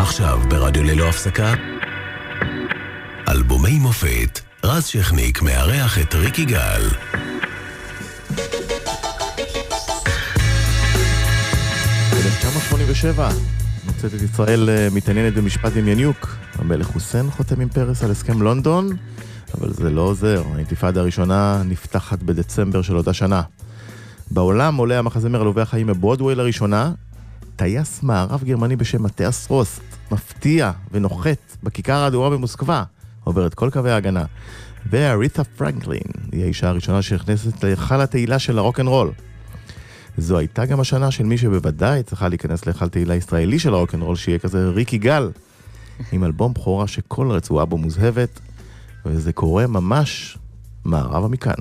עכשיו ברדיו ללא הפסקה, אלבומי מופת. רז שכניק מארח את ריקי גל. ב-1987 מוצאת את ישראל מתעניינת במשפט דמיאניוק. המלך חוסיין חותם עם פרס על הסכם לונדון, אבל זה לא עוזר. האינתיפאדה הראשונה נפתחת בדצמבר של אותה שנה. בעולם עולה המחזמר עלובי החיים בברודוויי לראשונה. טייס מערב גרמני בשם מתיאס רוסט מפתיע ונוחת בכיכר האדומה במוסקבה, עובר את כל קווי ההגנה. ואריתה פרנקלין היא האישה הראשונה שנכנסת להיכל התהילה של הרוק'נ'רול. זו הייתה גם השנה של מי שבוודאי צריכה להיכנס להיכל תהילה ישראלי של הרוק'נ'רול, שיהיה כזה ריקי גל, עם אלבום בכורה שכל רצועה בו מוזהבת, וזה קורה ממש מערבה מכאן.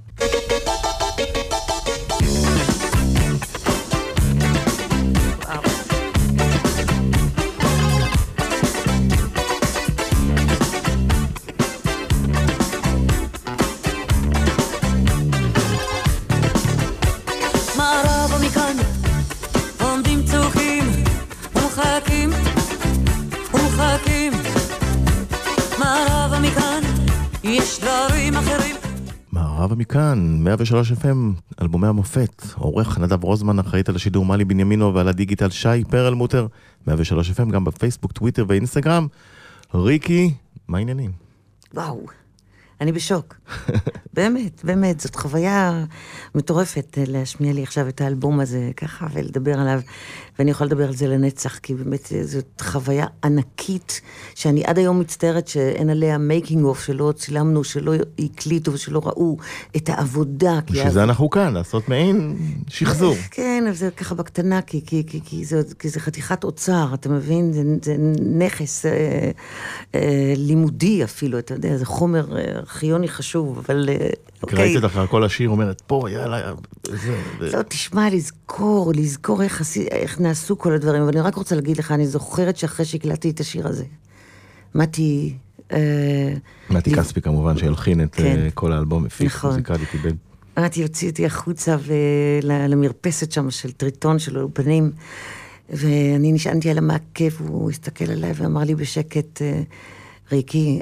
מערבה מכאן, 103 FM, אלבומי המופת. עורך נדב רוזמן, אחראית על השידור מלי בנימינו ועל הדיגיטל שי פרלמוטר. 103 FM גם בפייסבוק, טוויטר ואינסטגרם. ריקי, מה העניינים? וואו, אני בשוק. באמת, באמת, זאת חוויה מטורפת להשמיע לי עכשיו את האלבום הזה ככה ולדבר עליו, ואני יכולה לדבר על זה לנצח, כי באמת זאת חוויה ענקית, שאני עד היום מצטערת שאין עליה מייקינג אוף, שלא צילמנו, שלא הקליטו ושלא ראו את העבודה. ושזה אנחנו כאן, לעשות מעין שחזור. כן, אבל זה ככה בקטנה, כי זה חתיכת אוצר, אתה מבין? זה נכס לימודי אפילו, אתה יודע, זה חומר ארכיוני חשוב, אבל ראיתי לך כל השיר אומרת, פה, יאללה, לא, תשמע, לזכור איך נעשו כל הדברים, אבל אני רק רוצה להגיד לך, אני זוכרת שאחרי שהקלטתי את השיר הזה, מתי כספי כמובן, שהלחין את כל האלבום, הפיק מוזיקלית, איבד. מתי הוציא אותי החוצה למרפסת שם של טריטון של האולפנים, ואני נשענתי על המעקב, והוא הסתכל עליי ואמר לי בשקט, ריקי,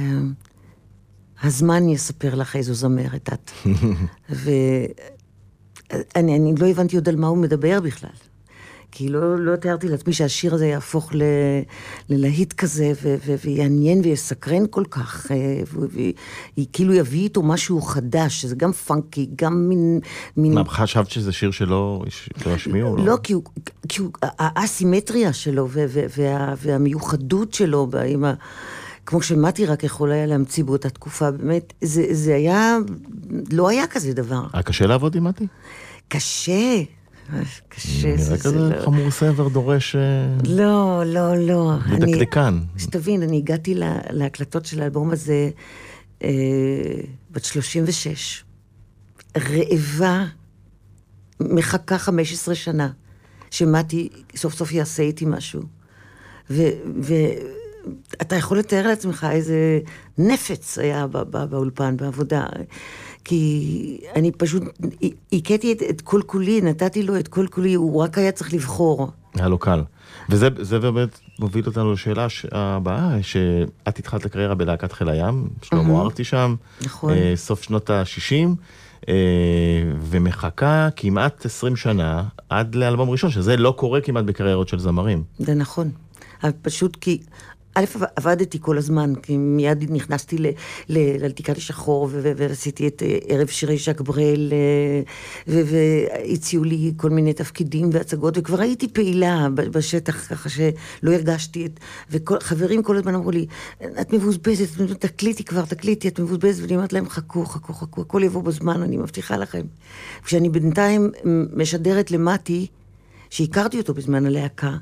הזמן יספר לך איזו זמרת את. ואני לא הבנתי עוד על מה הוא מדבר בכלל. כי לא תיארתי לעצמי שהשיר הזה יהפוך ללהיט כזה, ויעניין ויסקרן כל כך, וכאילו יביא איתו משהו חדש, שזה גם פאנקי, גם מין... מה, חשבת שזה שיר שלא השמיעו? לא, כי האסימטריה שלו, והמיוחדות שלו, כמו שמתי רק יכול היה להמציא באותה תקופה, באמת, זה היה, לא היה כזה דבר. היה קשה לעבוד עם מתי? קשה. נראה כזה חמור סבר דורש... לא. ודקדקן. שתבין, אני הגעתי להקלטות של האלבום הזה בת 36. רעבה, מחכה 15 שנה, שמתי סוף סוף יעשה איתי משהו. אתה יכול לתאר לעצמך איזה נפץ היה באולפן, בעבודה, כי אני פשוט הכיתי את כל כולי, נתתי לו את כל כולי, הוא רק היה צריך לבחור. היה לו קל. וזה באמת מוביל אותנו לשאלה הבאה, שאת התחלת הקריירה בלהקת חיל הים, שלמה ארצי שם, נכון. סוף שנות ה-60, ומחכה כמעט 20 שנה עד לאלבום ראשון, שזה לא קורה כמעט בקריירות של זמרים. זה נכון. פשוט כי... א', עבדתי כל הזמן, כי מיד נכנסתי ללתיקת השחור, ועשיתי את ערב שירי ז'ק ברל, והציעו לי כל מיני תפקידים והצגות, וכבר הייתי פעילה בשטח, ככה שלא הרגשתי את... וחברים כל הזמן אמרו לי, את מבוזבזת, תקליטי, את מבוזבזת, ואני אומרת להם, חכו, הכל יבוא בזמן, אני מבטיחה לכם. כשאני בינתיים משדרת למתי, שהכרתי אותו בזמן הלהקה,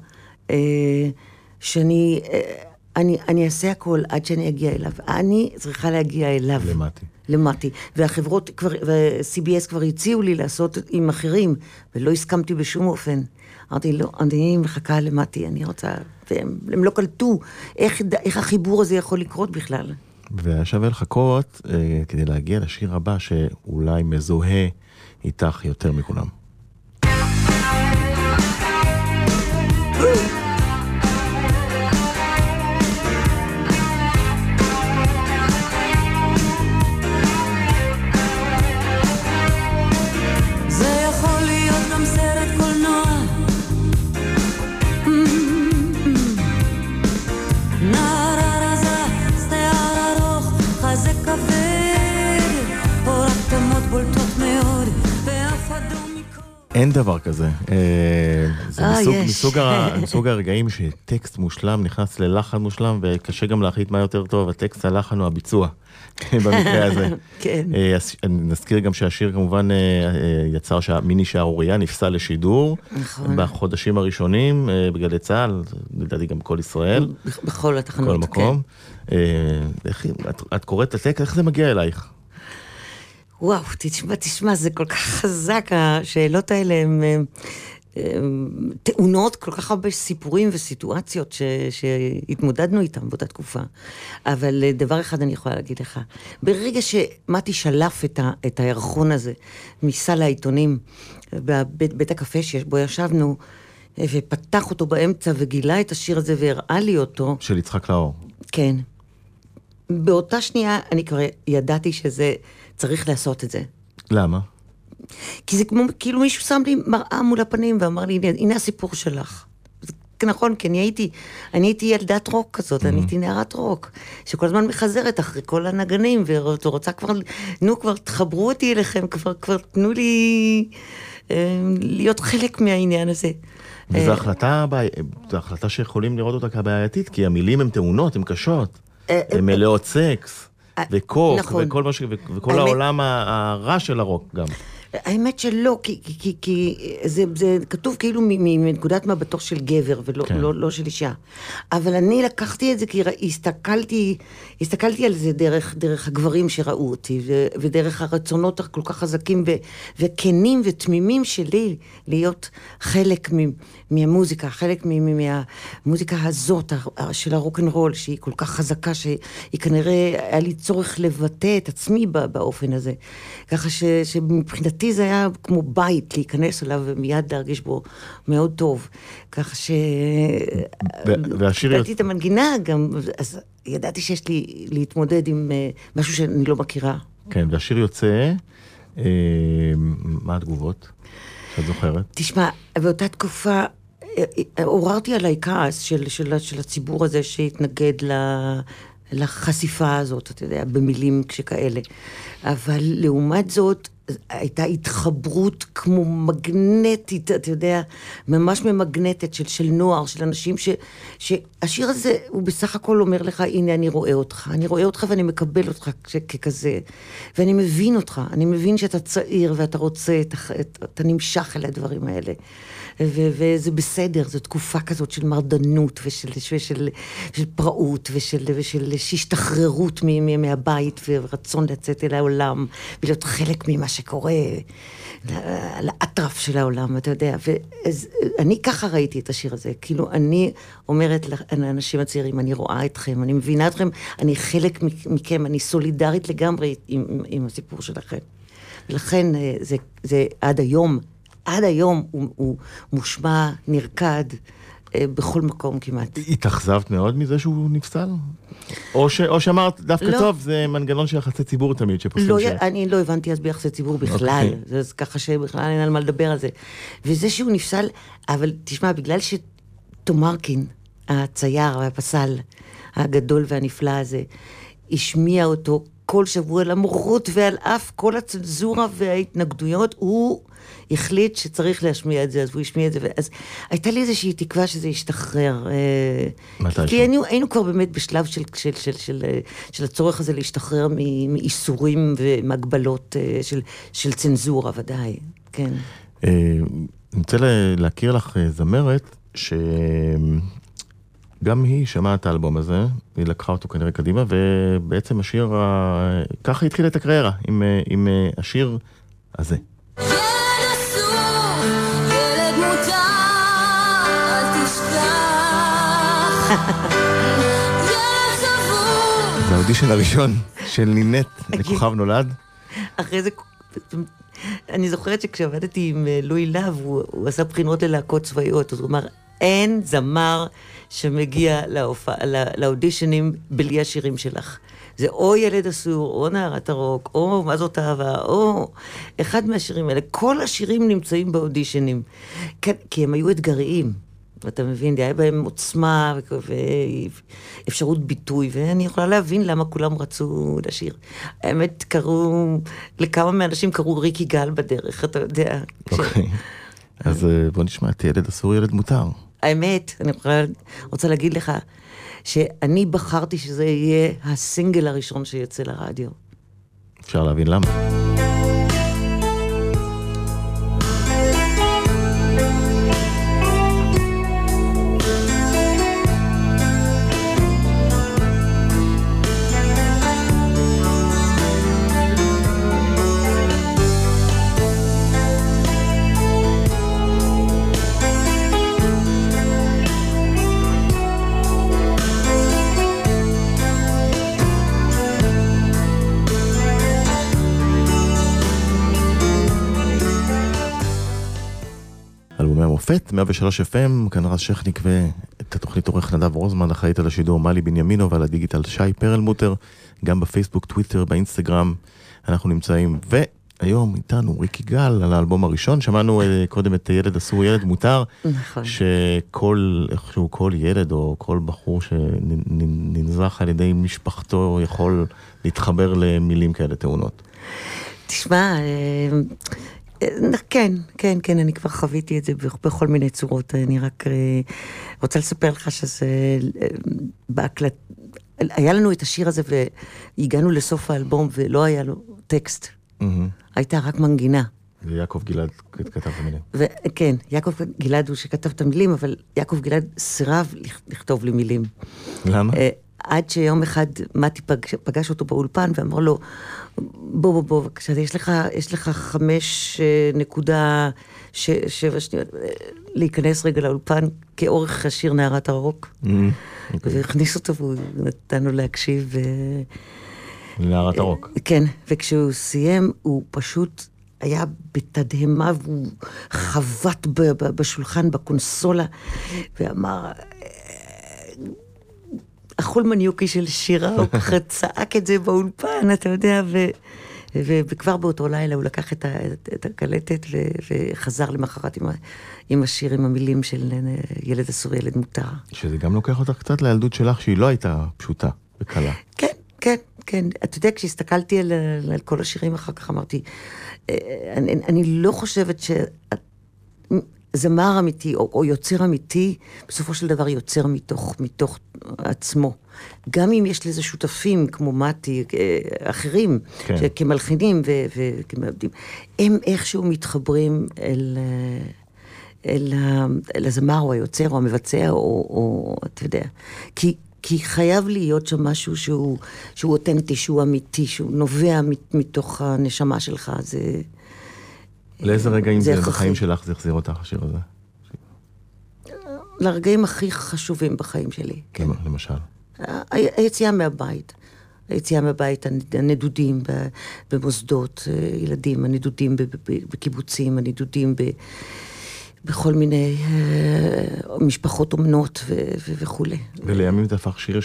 אני אעשה הכל עד שאני אגיע אליו. אני צריכה להגיע אליו. למתי. והחברות ו-CBS כבר הציעו לי לעשות עם אחרים, ולא הסכמתי בשום אופן. אמרתי, לא, אני מחכה למתי, אני רוצה... והם לא קלטו איך החיבור הזה יכול לקרות בכלל. והיה שווה לחכות כדי להגיע לשיר הבא, שאולי מזוהה איתך יותר מכולם. אין דבר כזה. זה מסוג הרגעים שטקסט מושלם נכנס ללחן מושלם, וקשה גם להחליט מה יותר טוב, הטקסט, הלחן או הביצוע, במקרה הזה. כן. נזכיר גם שהשיר כמובן יצר מיני שערוריה, נפסל לשידור, בחודשים הראשונים, בגלי צה"ל, לדעתי גם כל ישראל. בכל התחנות, כל מקום. את קוראת את הטקסט, איך זה מגיע אלייך? וואו, תשמע, זה כל כך חזק, השאלות האלה הן טעונות כל כך הרבה סיפורים וסיטואציות שהתמודדנו איתם באותה תקופה. אבל דבר אחד אני יכולה להגיד לך, ברגע שמתי שלף את הירחון הזה מסל העיתונים, בבית הקפה שבו ישבנו, ופתח אותו באמצע וגילה את השיר הזה והראה לי אותו. של יצחק לאור. כן. באותה שנייה אני כבר ידעתי שזה צריך לעשות את זה. למה? כי זה כאילו מישהו שם לי מראה מול הפנים ואמר לי, הנה הסיפור שלך. נכון, כי אני הייתי ילדת רוק כזאת, אני הייתי נערת רוק, שכל הזמן מחזרת אחרי כל הנגנים, ורוצה כבר, כבר תחברו אותי אליכם, כבר תנו לי להיות חלק מהעניין הזה. וזו החלטה שיכולים לראות אותה כבעייתית, כי המילים הן טעונות, הן קשות, הן מלאות סקס, וקוק, וכל העולם הרע של הרוק גם. האמת שלא, כי זה כתוב כאילו מנקודת מבטו של גבר, ולא של אישה. אבל אני לקחתי את זה, כי הסתכלתי על זה דרך הגברים שראו אותי, ודרך הרצונות הכל כך חזקים, וכנים ותמימים שלי, להיות חלק מהמוזיקה, חלק מהמוזיקה הזאת, של הרוק'נ'רול, שהיא כל כך חזקה, שהיא כנראה היה לי צורך לבטא את עצמי באופן הזה. ככה שמבחינתי זה היה כמו בית להיכנס אליו ומיד להרגיש בו מאוד טוב. ככה ידעתי את המנגינה גם, אז ידעתי שיש לי להתמודד עם משהו שאני לא מכירה. כן, והשיר יוצא, מה התגובות שאת זוכרת? תשמע, באותה תקופה עוררתי עליי כעס של הציבור הזה שהתנגד לחשיפה הזאת, אתה יודע, במילים כשכאלה. אבל לעומת זאת, הייתה התחברות כמו מגנטית, אתה יודע, ממש ממגנטת של נוער, של אנשים שהשיר הזה הוא בסך הכל אומר לך, הנה אני רואה אותך ואני מקבל אותך ככזה, ואני מבין אותך, אני מבין שאתה צעיר ואתה רוצה, אתה נמשך אל הדברים האלה. וזה בסדר, זו תקופה כזאת של מרדנות ושל פראות ושל השתחררות מהבית ורצון לצאת אל העולם ולהיות חלק ממה שקורה לאטרף של העולם, אתה יודע. ואני ככה ראיתי את השיר הזה, כאילו אני אומרת לאנשים הצעירים, אני רואה אתכם, אני מבינה אתכם, אני חלק מכם, אני סולידרית לגמרי עם הסיפור שלכם. ולכן זה עד היום הוא מושמע, נרקד, בכל מקום כמעט. התאכזבת מאוד מזה שהוא נפסל? או שאמרת, דווקא טוב, זה מנגנון של יחסי ציבור תמיד, שפוסלים אני לא הבנתי אז ביחסי ציבור בכלל, אז ככה שבכלל אין על מה לדבר על זה. וזה שהוא נפסל, אבל תשמע, בגלל שתומרקין, הצייר והפסל הגדול והנפלא הזה, השמיע אותו כל שבוע למרות ועל אף כל הצנזורה וההתנגדויות, הוא החליט שצריך להשמיע את זה, אז הוא השמיע את זה, אז הייתה לי איזושהי תקווה שזה ישתחרר. כי היינו כבר באמת בשלב של הצורך הזה להשתחרר מאיסורים ומגבלות של צנזורה, ודאי, כן. אני רוצה להכיר לך זמרת, גם היא שמעה את האלבום הזה, היא לקחה אותו כנראה קדימה, ובעצם השיר, ככה התחילה את הקריירה, עם השיר הזה. זה האודישן הראשון של נינט לכוכב נולד. אחרי זה, אני זוכרת שכשעבדתי עם לואי לב, הוא עשה בחינות ללהקות צבאיות, אז הוא אמר, אין זמר שמגיע לאודישנים בלי השירים שלך. זה או ילד אסור, או נערת הרוק, או מה זאת אהבה, או אחד מהשירים האלה. כל השירים נמצאים באודישנים, כי הם היו אתגריים. ואתה מבין, היה בהם עוצמה ואפשרות ביטוי, ואני יכולה להבין למה כולם רצו לשיר. האמת, לכמה מהאנשים קראו ריק יגאל בדרך, אתה יודע. אז בוא נשמע את ילד אסור ילד מותר. האמת, אני רוצה להגיד לך, שאני בחרתי שזה יהיה הסינגל הראשון שיצא לרדיו. אפשר להבין למה. מופת, 103 FM, כאן רז שכניק ואת התוכנית עורך נדב רוזמן, אחראית על השידור מלי בנימינו ועל הדיגיטל שי פרלמוטר, גם בפייסבוק, טוויטר, באינסטגרם, אנחנו נמצאים. והיום איתנו ריקי גל על האלבום הראשון, שמענו קודם את ילד אסור ילד מותר, נכון. איכשהו כל ילד או כל בחור שננזח על ידי משפחתו יכול להתחבר למילים כאלה טעונות. תשמע, כן, אני כבר חוויתי את זה בכל מיני צורות. אני רק רוצה לספר לך שזה בהקלט, היה לנו את השיר הזה והגענו לסוף האלבום ולא היה לו טקסט. הייתה רק מנגינה. ויעקב גלעד כתב את המילים. כן, יעקב גלעד הוא שכתב את המילים, אבל יעקב גלעד סירב לכתוב לי מילים. למה? עד שיום אחד מתי פגש אותו באולפן ואמר לו, בוא, יש לך 5.7 שניות, להיכנס רגע לאולפן כאורך השיר נערת הרוק. והכניס אותו והוא נתן לו להקשיב. נערת הרוק. כן, וכשהוא סיים, הוא פשוט היה בתדהמה, והוא חבט בשולחן, בקונסולה, ואמר, החולמניוקי של שירה, הוא ככה צעק את זה באולפן, אתה יודע, וכבר באותו לילה הוא לקח את הקלטת וחזר למחרת עם השיר, עם המילים של ילד אסור ילד מותר. שזה גם לוקח אותך קצת לילדות שלך, שהיא לא הייתה פשוטה וקלה. כן. אתה יודע, כשהסתכלתי על כל השירים אחר כך, אמרתי, אני לא חושבת זמר אמיתי, או יוצר אמיתי, בסופו של דבר יוצר מתוך עצמו. גם אם יש לזה שותפים, כמו מתי, אחרים, כן. כמלחינים וכמעבדים, הם איכשהו מתחברים אל הזמר, או היוצר, או המבצע, או אתה יודע. כי חייב להיות שם משהו שהוא אותנטי, שהוא אמיתי, שהוא נובע מתוך הנשמה שלך, זה... לאיזה רגעים זה בחיים שלך זה החזיר אותך, השיר הזה? לרגעים הכי חשובים בחיים שלי. כן, למשל? היציאה מהבית, הנדודים במוסדות ילדים, הנדודים בקיבוצים, הנדודים בכל מיני משפחות אומנות וכו'. ולימים זה הפך שיר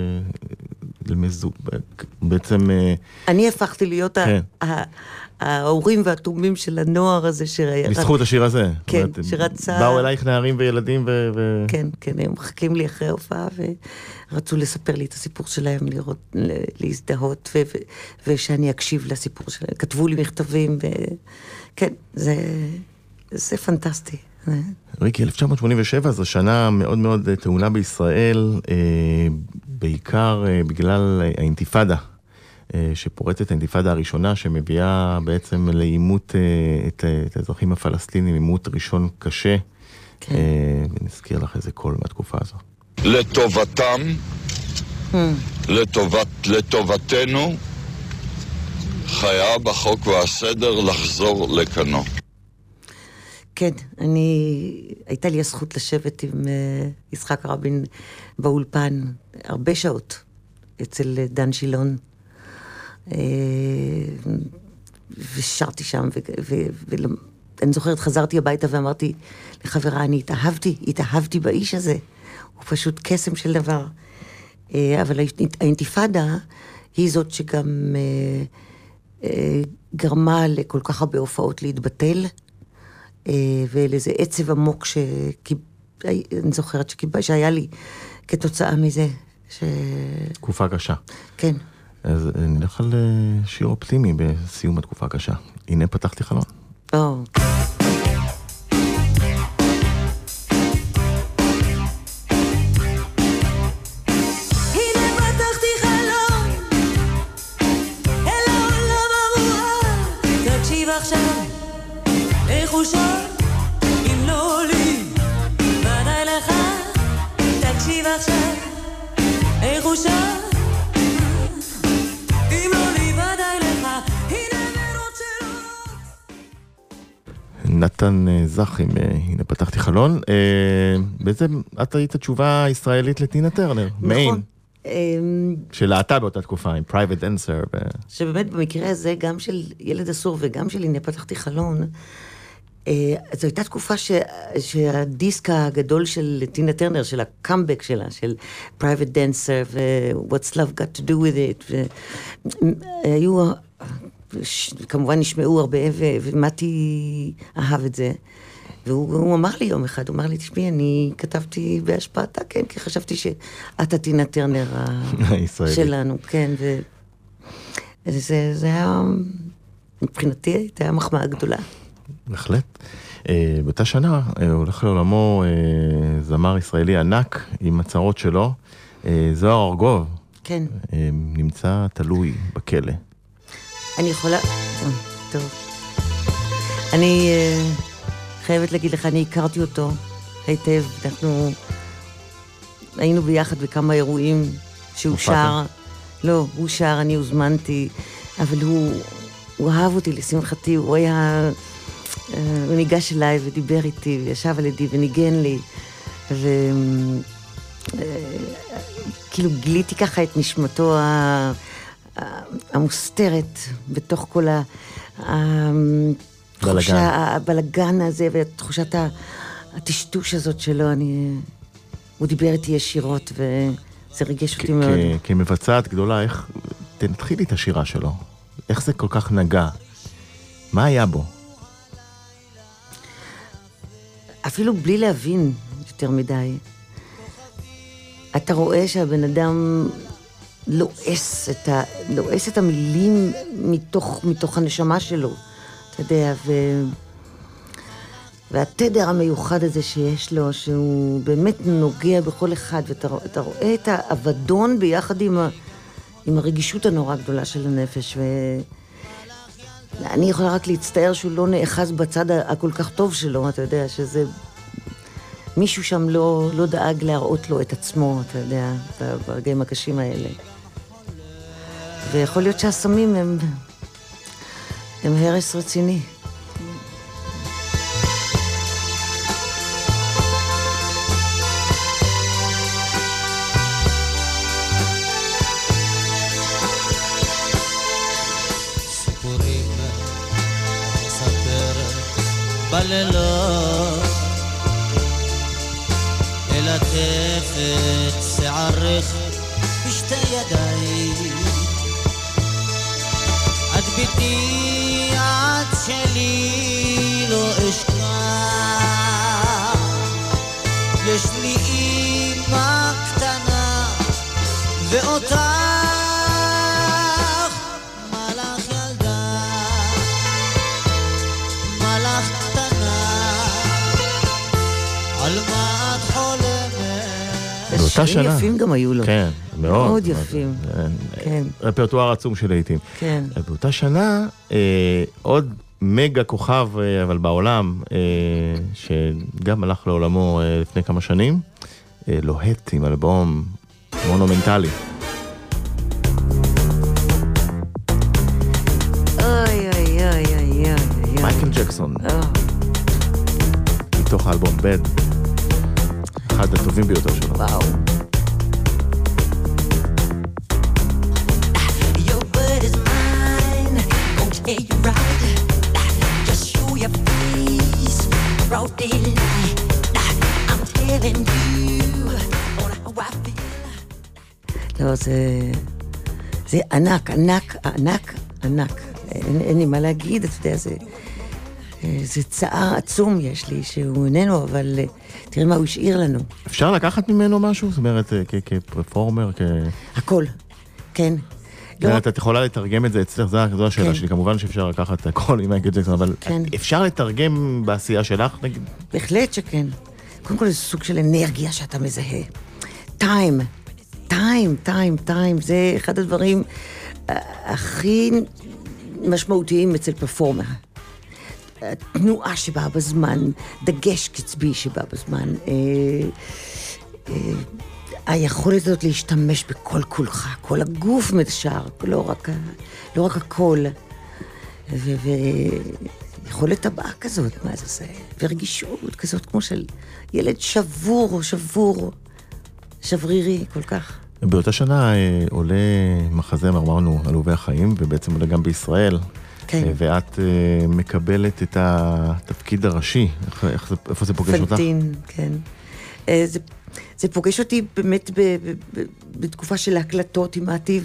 בעצם... אני הפכתי להיות ההורים והתומים של הנוער הזה בזכות השיר הזה. כן, שרצה... באו אלייך נערים וילדים כן, הם מחכים לי אחרי ההופעה ורצו לספר לי את הסיפור שלהם, להזדהות ושאני אקשיב לסיפור שלהם. כתבו לי מכתבים כן, זה פנטסטי. ריקי, 1987 זו שנה מאוד מאוד טעונה בישראל, בעיקר בגלל האינתיפאדה, שפורצת האינתיפאדה הראשונה, שמביאה בעצם לעימות את האזרחים הפלסטינים, עימות ראשון קשה. כן. ונזכיר לך איזה קול מהתקופה הזו. לטובתם, לטובתנו, חייב החוק והסדר לחזור לכנו. כן, הייתה לי הזכות לשבת עם יצחק רבין באולפן הרבה שעות אצל דן שילון, ושרתי שם, ואני זוכרת, חזרתי הביתה ואמרתי לחברה, אני התאהבתי באיש הזה, הוא פשוט קסם של דבר. אבל האינתיפאדה היא זאת שגם גרמה לכל כך הרבה הופעות להתבטל, ולאיזה עצב עמוק אני זוכרת שהיה לי כתוצאה מזה. תקופה קשה. כן. אז נלך על שיר אופטימי בסיום התקופה הקשה. הנה פתחתי חלון. איך הוא שם? אם לא לבד לך, הנה מרות שלו. נתן זך עם הנה פתחתי חלון. בעצם את היית תשובה ישראלית לטינה טרנר. נכון. שלהתה באותה תקופה עם Private Dancer. שבאמת במקרה הזה, גם של ילד אסור וגם של הנה פתחתי חלון, זו הייתה תקופה שהדיסק הגדול של טינה טרנר, של הקאמבק שלה, של Private Dancer ו-What's Love Got to Do With It, והיו, כמובן נשמעו הרבה, ומתי אהב את זה. והוא אמר לי יום אחד, הוא אמר לי, תשמעי, אני כתבתי בהשפעתה, כן, כי חשבתי שאת הטינה טרנר שלנו, כן, וזה היה, מבחינתי, זה היה מחמאה גדולה. בהחלט. באותה שנה הולך לעולמו זמר ישראלי ענק עם הצהרות שלו, זוהר ארגוב. כן. נמצא תלוי בכלא. אני יכולה... טוב. אני חייבת להגיד לך, אני הכרתי אותו היטב. אנחנו היינו ביחד בכמה אירועים שהוא שר. לא, הוא שר, אני הוזמנתי, אבל הוא אהב אותי לשמחתי, הוא היה... הוא ניגש אליי ודיבר איתי, וישב על ידי וניגן לי, כאילו גיליתי ככה את נשמתו המוסתרת בתוך כל הבלגן הזה, ותחושת הטשטוש הזאת שלו. הוא דיבר איתי ישירות, וזה ריגש אותי מאוד. כמבצעת גדולה, תתחילי את השירה שלו. איך זה כל כך נגע? מה היה בו? אפילו בלי להבין יותר מדי. אתה רואה שהבן אדם לועס את המילים מתוך הנשמה שלו, אתה יודע, והתדר המיוחד הזה שיש לו, שהוא באמת נוגע בכל אחד, ואתה רואה את האבדון ביחד עם הרגישות הנורא גדולה של הנפש, אני יכולה רק להצטער שהוא לא נאחז בצד הכל כך טוב שלו, אתה יודע, שזה... מישהו שם לא דאג להראות לו את עצמו, אתה יודע, ברגעים הקשים האלה. ויכול להיות שהסמים הם הרס רציני. בלילות אל התפת שערך בשתי ידיי את ביתי עד שלי לא אשכח יש לי אמא קטנה ואותך מלאך ילדה מלאך באותה שנה. שירים יפים גם היו לו. כן, מאוד. מאוד יפים. כן. רפרטואר עצום של לעיתים. כן. באותה שנה, עוד מגה כוכב, אבל בעולם, שגם הלך לעולמו לפני כמה שנים, לוהט עם אלבום מונומנטלי. אוי, אוי, אוי, אוי, אוי. מייקל ג'קסון. מתוך האלבום בד. אחד הטובים ביותר שלו. וואו. Your word is mine, gon' tell you right. Just show your face, broad daylight. I'm telling you on how I feel. לא, זה ענק, ענק, ענק, ענק. אין לי מה להגיד, אתה יודע, זה צער עצום יש לי, שהוא איננו, אבל תראה מה הוא השאיר לנו. אפשר לקחת ממנו משהו? זאת אומרת, כפרפורמר, הכל, כן. את יכולה לתרגם את זה אצלך, זו השאלה שלי, כמובן שאפשר לקחת הכל עם מייקל ג'קסון, אבל אפשר לתרגם בעשייה שלך, נגיד? בהחלט שכן. קודם כל זה סוג של אנרגיה שאתה מזהה. טיים, זה אחד הדברים הכי משמעותיים אצל פרפורמר. תנועה שבאה בזמן, דגש קצבי שבאה בזמן, היכולת הזאת להשתמש בכל כולך, כל הגוף מדשר, לא רק הקול. ויכולת הבאה כזאת, מה זה? ורגישות כזאת כמו של ילד שבור, שברירי כל כך. באותה שנה עולה מחזה, אמרנו, עלובי החיים, ובעצם עולה גם בישראל. כן. ואת מקבלת את התפקיד הראשי. איפה זה פוגש אותך? פנטין, כן. זה פוגש אותי באמת בתקופה של ההקלטות עם מתי,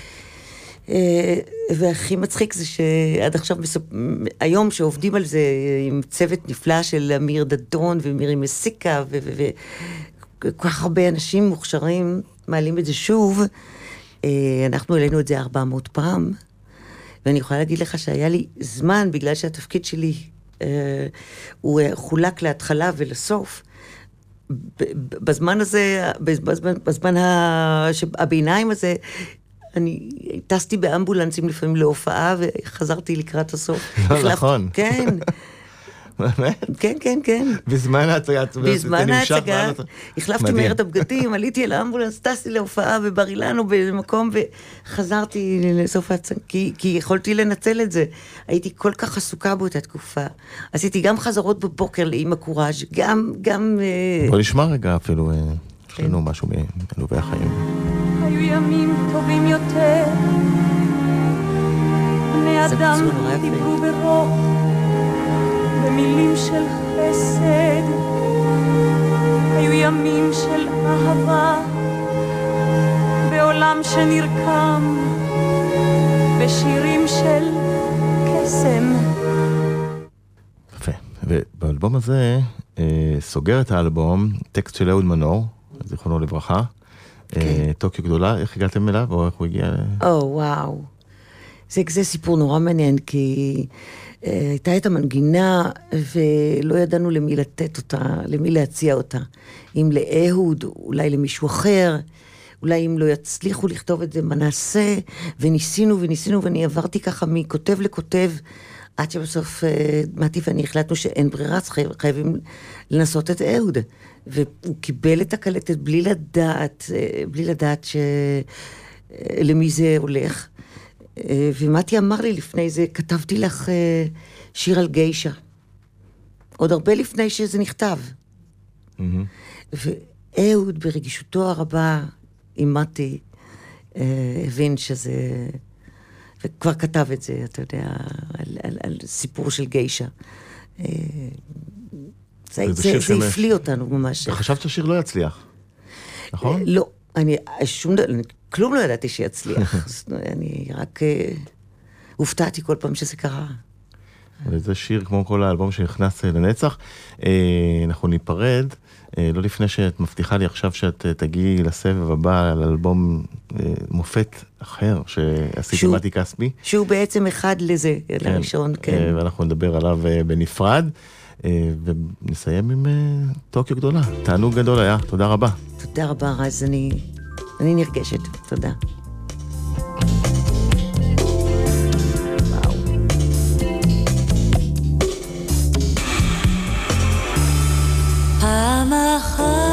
והכי מצחיק זה שעד עכשיו, היום שעובדים על זה עם צוות נפלא של אמיר דדון ומירי מסיקה, וכל כך הרבה אנשים מוכשרים מעלים את זה שוב, אנחנו העלינו את זה 400 פעם, ואני יכולה להגיד לך שהיה לי זמן, בגלל שהתפקיד שלי הוא חולק להתחלה ולסוף, בזמן הזה, בזמן הביניים הזה, אני טסתי באמבולנסים לפעמים להופעה, וחזרתי לקראת הסוף. לא, נכון. כן. באמת? כן. בזמן ההצגה. בזמן ההצגה, החלפתי מהר את הבגדים, עליתי אל האמבולנס, טסתי להופעה בבר אילן או במקום, וחזרתי לסוף ההצגה, כי יכולתי לנצל את זה. הייתי כל כך עסוקה באותה תקופה. עשיתי גם חזרות בבוקר לאמא קוראז', גם... בוא נשמע רגע אפילו, יש לנו משהו מעלובי החיים. היו ימים טובים יותר, בני אדם דיברו ברוך, במילים של חסד, היו ימים של אהבה, בעולם שנרקם, בשירים של קסם. יפה, ובאלבום הזה סוגר את האלבום טקסט של אהוד מנור, זיכרונו לברכה, טוקיו גדולה. איך הגעתם אליו, או איך הוא הגיע? וואו. זה סיפור נורא מעניין, כי הייתה את המנגינה, ולא ידענו למי לתת אותה, למי להציע אותה. אם לאהוד, אולי למישהו אחר, אולי אם לא יצליחו לכתוב את זה, מה נעשה? וניסינו, ואני עברתי ככה מכותב לכותב, עד שבסוף מתי ואני החלטנו שאין ברירה, חייבים לנסות את אהוד. והוא קיבל את הקלטת בלי לדעת למי זה הולך. ומתי אמר לי לפני זה, כתבתי לך שיר על גיישה. עוד הרבה לפני שזה נכתב. ואהוד ברגישותו הרבה עם מתי הבין שזה... וכבר כתב את זה, אתה יודע, על סיפור של גיישה. זה הפליא אותנו ממש. חשבת שהשיר לא יצליח, נכון? לא, כלום לא ידעתי שיצליח. אני רק הופתעתי כל פעם שזה קרה. וזה שיר כמו כל האלבום שנכנס לנצח. אנחנו ניפרד, לא לפני שאת מבטיחה לי עכשיו שאת תגיעי לסבב הבא על אלבום מופת אחר שעשית עם מתי כספי. שהוא בעצם אחד לזה, לראשון, כן. ואנחנו נדבר עליו בנפרד, ונסיים עם טוקיו גדולה. תענוג גדול היה, תודה רבה. תודה רבה, רז, אני נרגשת, תודה. פעם אחת